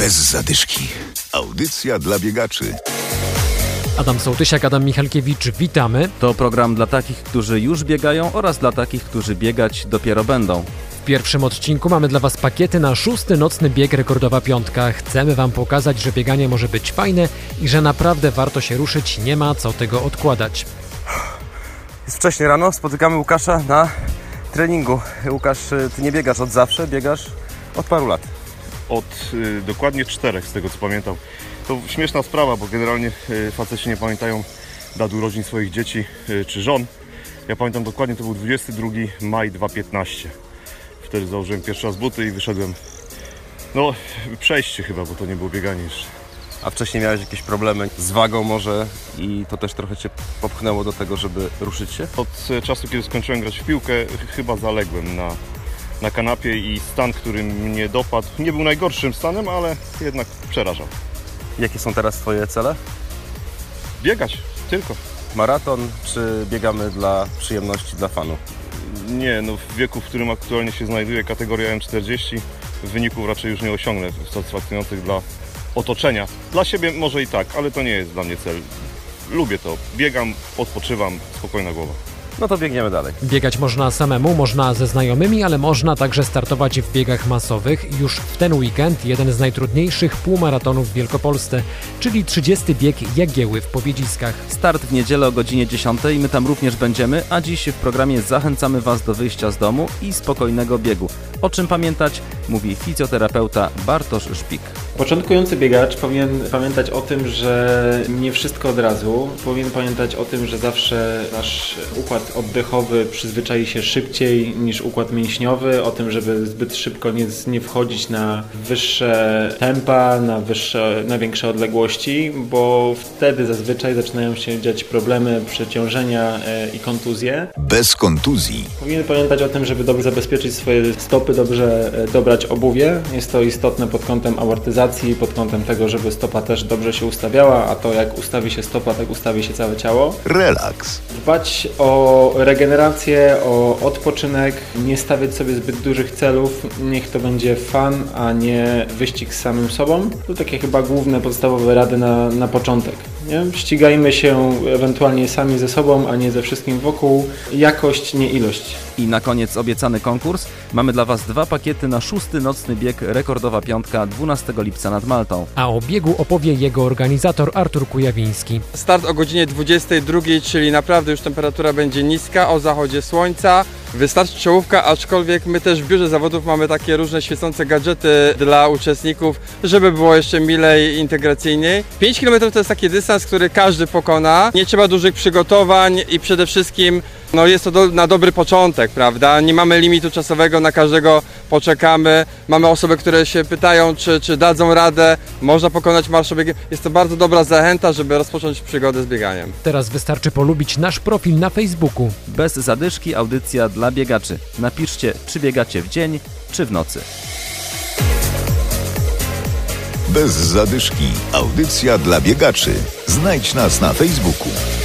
Bez zadyszki. Audycja dla biegaczy. Adam Sołtysiak, Adam Michalkiewicz, witamy. To program dla takich, którzy już biegają oraz dla takich, którzy biegać dopiero będą. W pierwszym odcinku mamy dla Was pakiety na 6. nocny bieg Rekordowa Piątka. Chcemy Wam pokazać, że bieganie może być fajne i że naprawdę warto się ruszyć, nie ma co tego odkładać. Jest wcześnie rano, spotykamy Łukasza na treningu. Łukasz, Ty nie biegasz od zawsze, biegasz od paru lat. Od dokładnie 4, z tego co pamiętam. To śmieszna sprawa, bo generalnie faceci nie pamiętają dat urodzin swoich dzieci czy żon. Ja pamiętam dokładnie, to był 22 maj 2015. Wtedy założyłem pierwszy raz buty i wyszedłem. No, przejście chyba, bo to nie było bieganie jeszcze. A wcześniej miałeś jakieś problemy z wagą może i to też trochę Cię popchnęło do tego, żeby ruszyć się? Od czasu, kiedy skończyłem grać w piłkę, chyba zaległem na kanapie i stan, który mnie dopadł, nie był najgorszym stanem, ale jednak przerażał. Jakie są teraz Twoje cele? Biegać, tylko. Maraton czy biegamy dla przyjemności, dla fanu? Nie, no w wieku, w którym aktualnie się znajduję, kategoria M40, wyników raczej już nie osiągnę satysfakcjonujących dla otoczenia. Dla siebie może i tak, ale to nie jest dla mnie cel. Lubię to. Biegam, odpoczywam, spokojna głowa. No to biegniemy dalej. Biegać można samemu, można ze znajomymi, ale można także startować w biegach masowych. Już w ten weekend jeden z najtrudniejszych półmaratonów w Wielkopolsce, czyli 30. bieg Jagieły w Powiedziskach. Start w niedzielę o godzinie 10, my tam również będziemy, a dziś w programie zachęcamy Was do wyjścia z domu i spokojnego biegu. O czym pamiętać, mówi fizjoterapeuta Bartosz Szpik. Początkujący biegacz powinien pamiętać o tym, że nie wszystko od razu. Powinien pamiętać o tym, że zawsze nasz układ oddechowy przyzwyczai się szybciej niż układ mięśniowy. O tym, żeby zbyt szybko nie wchodzić na wyższe tempa, na większe odległości, bo wtedy zazwyczaj zaczynają się dziać problemy, przeciążenia i kontuzje. Bez kontuzji. Powinien pamiętać o tym, żeby dobrze zabezpieczyć swoje stopy, dobrze dobrać obuwie. Jest to istotne pod kątem amortyzacji, pod kątem tego, żeby stopa też dobrze się ustawiała, a to jak ustawi się stopa, tak ustawi się całe ciało. Relaks. Dbać o regenerację, o odpoczynek, nie stawiać sobie zbyt dużych celów, niech to będzie fun, a nie wyścig z samym sobą. To takie chyba główne, podstawowe rady na początek. Nie? Ścigajmy się ewentualnie sami ze sobą, a nie ze wszystkim wokół. Jakość, nie ilość. I na koniec obiecany konkurs. Mamy dla Was 2 pakiety na 6. nocny bieg Rekordowa Piątka 12 lipca nad Maltą. A o biegu opowie jego organizator Artur Kujawiński. Start o godzinie 22, czyli naprawdę już temperatura będzie niska, o zachodzie słońca. Wystarczy czołówka, aczkolwiek my też w biurze zawodów mamy takie różne świecące gadżety dla uczestników, żeby było jeszcze milej, integracyjniej. 5 km to jest taki dystans, który każdy pokona. Nie trzeba dużych przygotowań i przede wszystkim jest to na dobry początek, prawda? Nie mamy limitu czasowego, na każdego poczekamy. Mamy osoby, które się pytają, czy dadzą radę, można pokonać marszobiegiem. Jest to bardzo dobra zachęta, żeby rozpocząć przygodę z bieganiem. Teraz wystarczy polubić nasz profil na Facebooku. Bez zadyszki audycja dla biegaczy. Napiszcie, czy biegacie w dzień, czy w nocy. Bez zadyszki. Audycja dla biegaczy. Znajdź nas na Facebooku.